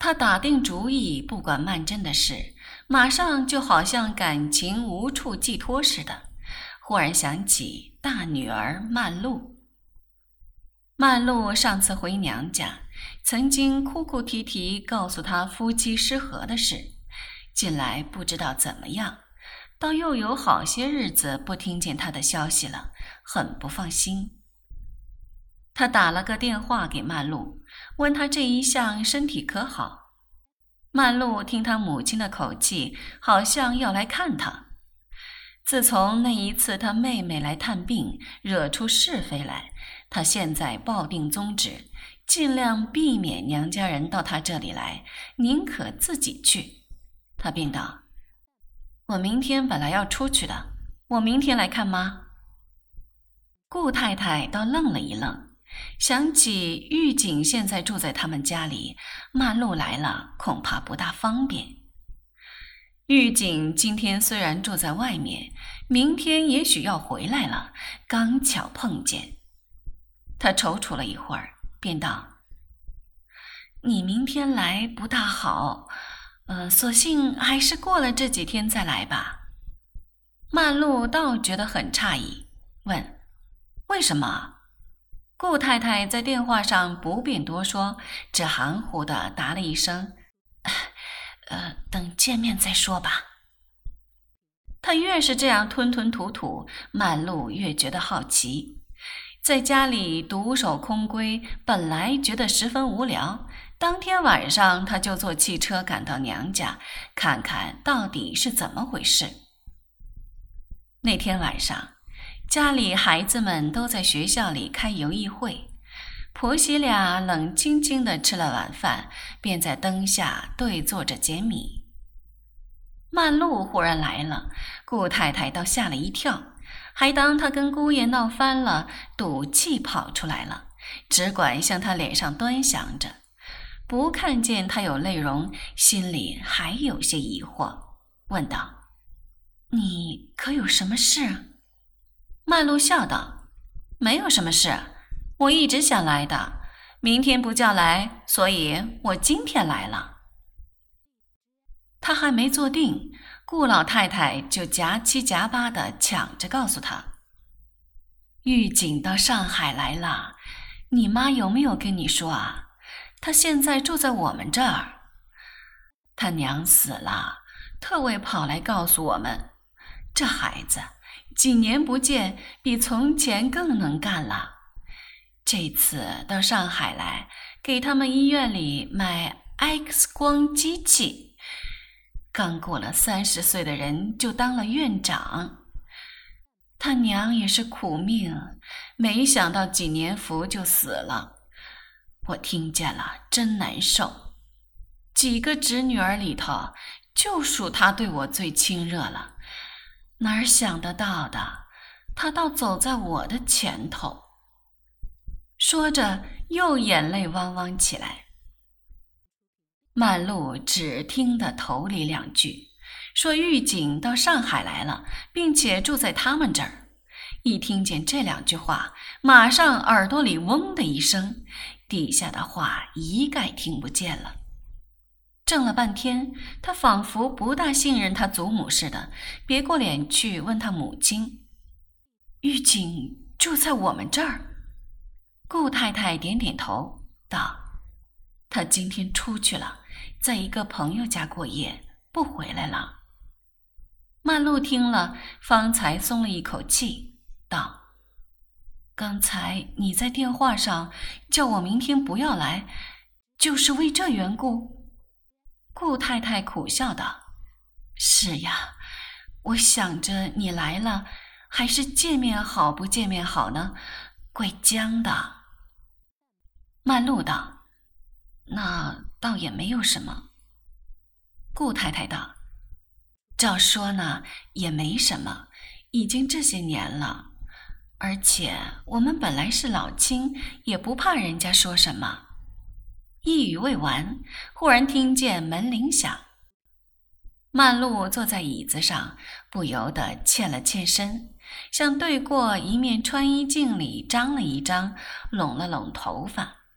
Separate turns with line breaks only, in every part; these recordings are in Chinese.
他打定主意不管曼桢的事，马上就好像感情无处寄托似的，忽然想起大女儿曼璐。曼璐上次回娘家，曾经哭哭啼啼告诉他夫妻失和的事，近来不知道怎么样，倒又有好些日子不听见他的消息了，很不放心。他打了个电话给曼璐，问他这一向身体可好。曼璐听他母亲的口气，好像要来看他。自从那一次他妹妹来探病，惹出是非来，他现在抱定宗旨，尽量避免娘家人到他这里来，宁可自己去。他便道：我明天本来要出去的，我明天来看妈。顾太太倒愣了一愣，想起玉锦现在住在他们家里，曼璐来了恐怕不大方便。玉锦今天虽然住在外面，明天也许要回来了，刚巧碰见。他踌躇了一会儿，便道：你明天来不大好，索性还是过了这几天再来吧。曼璐倒觉得很诧异，问：为什么？顾太太在电话上不便多说，只含糊地答了一声：等见面再说吧。他越是这样吞吞吐吐，曼璐越觉得好奇。在家里独守空闺，本来觉得十分无聊，当天晚上他就坐汽车赶到娘家，看看到底是怎么回事。那天晚上，家里孩子们都在学校里开游艺会，婆媳俩冷清清地吃了晚饭，便在灯下对坐着解米。曼璐忽然来了，顾太太倒吓了一跳，还当她跟姑爷闹翻了，赌气跑出来了，只管向她脸上端详着，不看见她有泪容，心里还有些疑惑，问道：你可有什么事？曼璐笑道：没有什么事，我一直想来的，明天不叫来，所以我今天来了。他还没坐定，顾老太太就夹七夹八地抢着告诉他：玉锦到上海来了，你妈有没有跟你说啊？她现在住在我们这儿。她娘死了，特为跑来告诉我们，这孩子几年不见，比从前更能干了。这次到上海来，给他们医院里买 X 光机器。刚过了30岁的人就当了院长。他娘也是苦命，没想到几年福就死了。我听见了，真难受。几个侄女儿里头，就属她对我最亲热了。哪儿想得到的，她倒走在我的前头。说着，又眼泪汪汪起来。曼璐只听得头里2句，说玉锦到上海来了，并且住在他们这儿。一听见这2句话，马上耳朵里嗡的一声，底下的话一概听不见了。怔了半天，他仿佛不大信任他祖母似的，别过脸去问他母亲：玉锦住在我们这儿？顾太太点点头，道：她今天出去了，在一个朋友家过夜，不回来了。曼璐听了，方才松了一口气，道：刚才你在电话上叫我明天不要来，就是为这缘故？顾太太苦笑道：是呀，我想着你来了，还是见面好不见面好呢，怪僵的。曼璐道：那倒也没有什么。顾太太道：照说呢也没什么，已经这些年了，而且我们本来是老亲，也不怕人家说什么。一语未完，忽然听见门铃响。曼璐坐在椅子上，不由得欠了欠身，向对过一面穿衣镜里张了一张，拢了拢头发，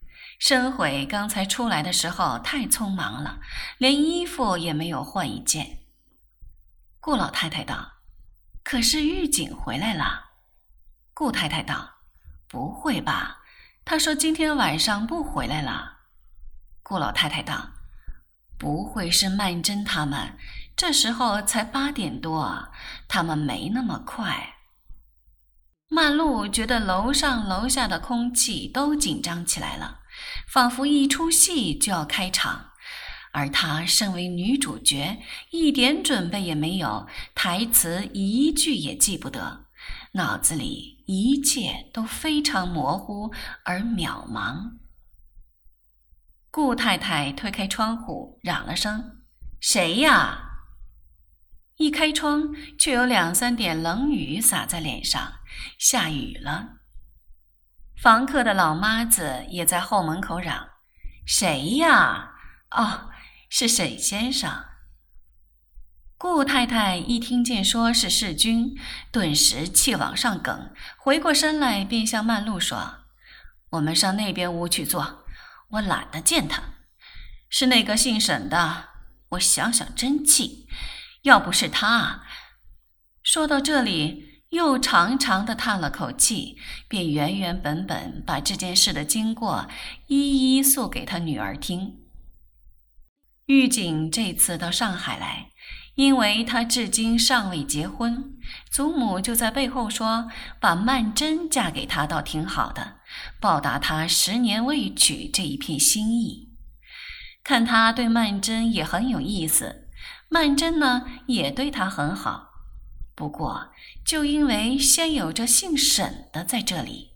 申悔刚才出来的时候太匆忙了，连衣服也没有换一件。顾老太太道：可是狱警回来了。顾太太道：不会吧，他说今天晚上不回来了。顾老太太道：不会是曼桢他们，这时候才8点多，他们没那么快。曼璐觉得楼上楼下的空气都紧张起来了，仿佛一出戏就要开场，而她身为女主角，一点准备也没有，台词一句也记不得，脑子里一切都非常模糊而渺茫。顾太太推开窗户，嚷了声：谁呀？一开窗，却有2、3点冷雨洒在脸上，下雨了。房客的老妈子也在后门口嚷：谁呀？哦，是沈先生。顾太太一听见说是世钧，顿时气往上梗，回过身来便向曼璐说：我们上那边屋去坐，我懒得见他。是那个姓沈的，我想想真气，要不是他。说到这里，又长长的叹了口气，便原原本本把这件事的经过一一诉给他女儿听。狱警这次到上海来，因为他至今尚未结婚，祖母就在背后说，把曼桢嫁给他倒挺好的，报答他10年未娶这一片心意。看他对曼桢也很有意思，曼桢呢也对他很好，不过就因为先有着姓沈的在这里。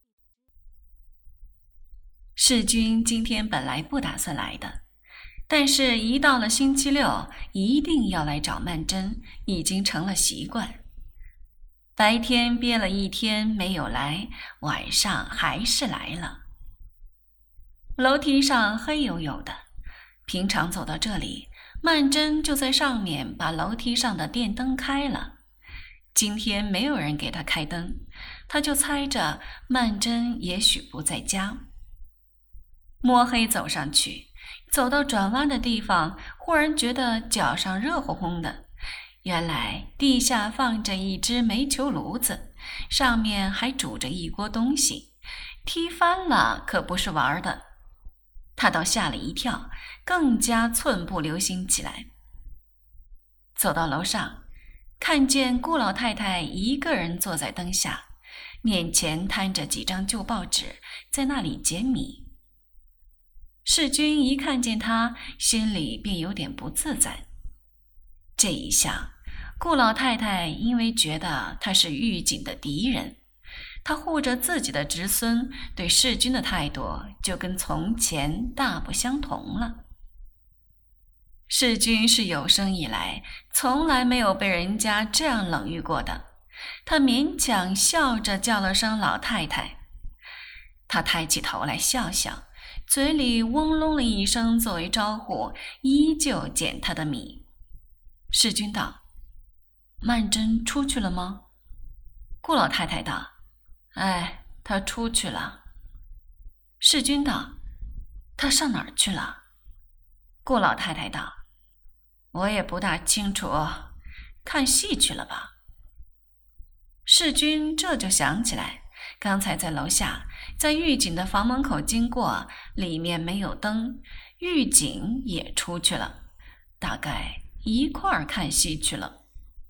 世钧今天本来不打算来的，但是一到了星期六，一定要来找曼桢，已经成了习惯。白天憋了一天没有来，晚上还是来了。楼梯上黑黝黝的，平常走到这里，曼桢就在上面把楼梯上的电灯开了。今天没有人给他开灯，他就猜着曼桢也许不在家。摸黑走上去，走到转弯的地方，忽然觉得脚上热烘烘的，原来地下放着一只煤球炉子，上面还煮着一锅东西，踢翻了可不是玩的。他倒吓了一跳，更加寸步留心起来。走到楼上，看见顾老太太一个人坐在灯下，面前摊着几张旧报纸，在那里捡米。世钧一看见他，心里便有点不自在。这一下，顾老太太因为觉得他是狱警的敌人，他护着自己的侄孙，对世钧的态度就跟从前大不相同了。世钧是有生以来从来没有被人家这样冷遇过的，他勉强笑着叫了声老太太。他抬起头来笑笑，嘴里嗡隆了一声作为招呼，依旧捡他的米。世钧道：曼桢出去了吗？顾老太太道：她出去了。世钧道：她上哪儿去了？顾老太太道：我也不大清楚，看戏去了吧。世钧这就想起来，刚才在楼下，在狱警的房门口经过，里面没有灯，狱警也出去了，大概一块儿看戏去了。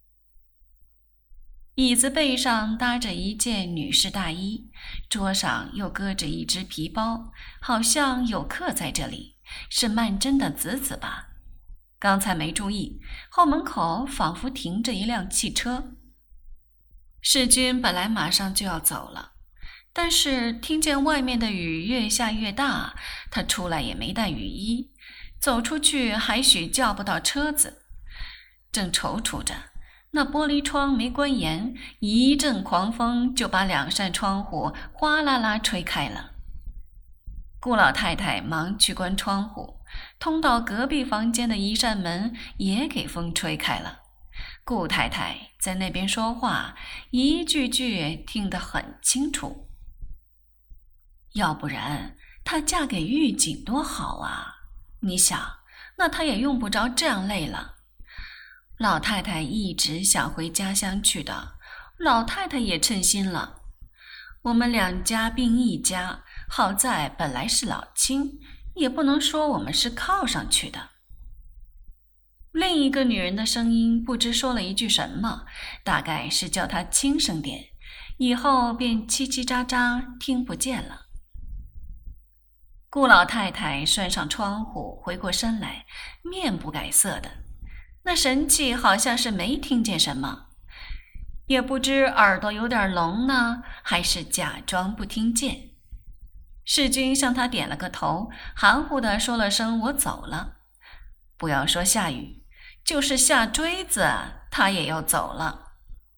椅子背上搭着一件女士大衣，桌上又搁着一只皮包，好像有客在这里，是曼桢的子子吧。刚才没注意，后门口仿佛停着一辆汽车。世钧本来马上就要走了，但是听见外面的雨越下越大，他出来也没带雨衣，走出去还许叫不到车子。正踌躇着，那玻璃窗没关严，一阵狂风就把2扇窗户哗啦啦吹开了。顾老太太忙去关窗户，通到隔壁房间的一扇门也给风吹开了。顾太太在那边说话，一句句听得很清楚。要不然她嫁给狱警多好啊！你想，那她也用不着这样累了。老太太一直想回家乡去的，老太太也称心了。我们两家并一家，好在本来是老亲，也不能说我们是靠上去的。另一个女人的声音不知说了一句什么，大概是叫她轻声点，以后便叽叽喳喳听不见了。顾老太太拴上窗户，回过身来，面不改色的，那神气好像是没听见什么，也不知耳朵有点聋呢，还是假装不听见。世君向她点了个头，含糊地说了声我走了。不要说下雨，就是下锥子，他也要走了。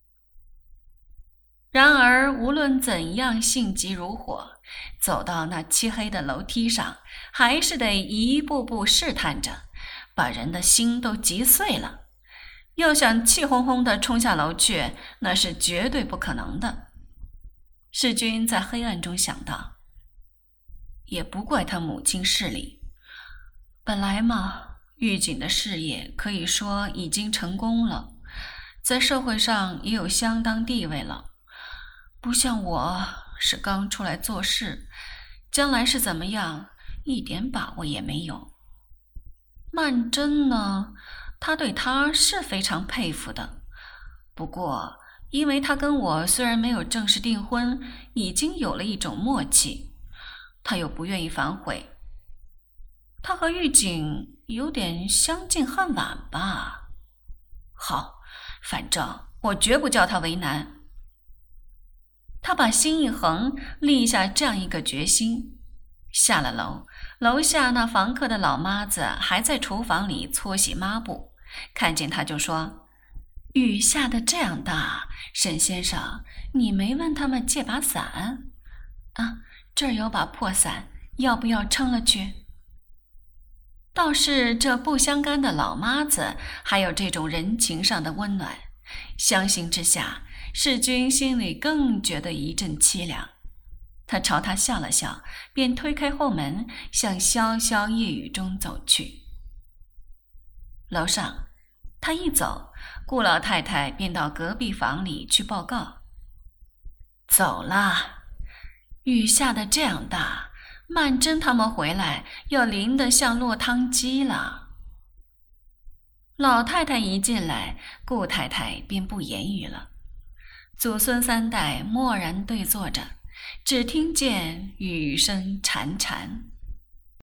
然而无论怎样性急如火，走到那漆黑的楼梯上，还是得一步步试探着，把人的心都急碎了。要想气哄哄地冲下楼去，那是绝对不可能的。世君在黑暗中想到，也不怪他母亲势利，本来嘛，狱警的事业可以说已经成功了，在社会上也有相当地位了，不像我是刚出来做事，将来是怎么样，一点把握也没有。曼桢呢，他对他是非常佩服的，不过因为他跟我虽然没有正式订婚，已经有了一种默契，他又不愿意反悔。他和狱警有点相敬恨晚吧。好，反正我绝不叫他为难。他把心一横，立下这样一个决心。下了楼，楼下那房客的老妈子还在厨房里搓洗抹布，看见他就说：雨下得这样大，沈先生，你没问他们借把伞？啊，这儿有把破伞，要不要撑了去？倒是这不相干的老妈子还有这种人情上的温暖，相形之下，世君心里更觉得一阵凄凉。他朝他笑了笑，便推开后门，向潇潇夜雨中走去。楼上，他一走，顾老太太便到隔壁房里去报告。走了，雨下得这样大，曼桢他们回来要淋得像落汤鸡了。老太太一进来，顾太太便不言语了。祖孙三代默然对坐着，只听见雨声潺潺。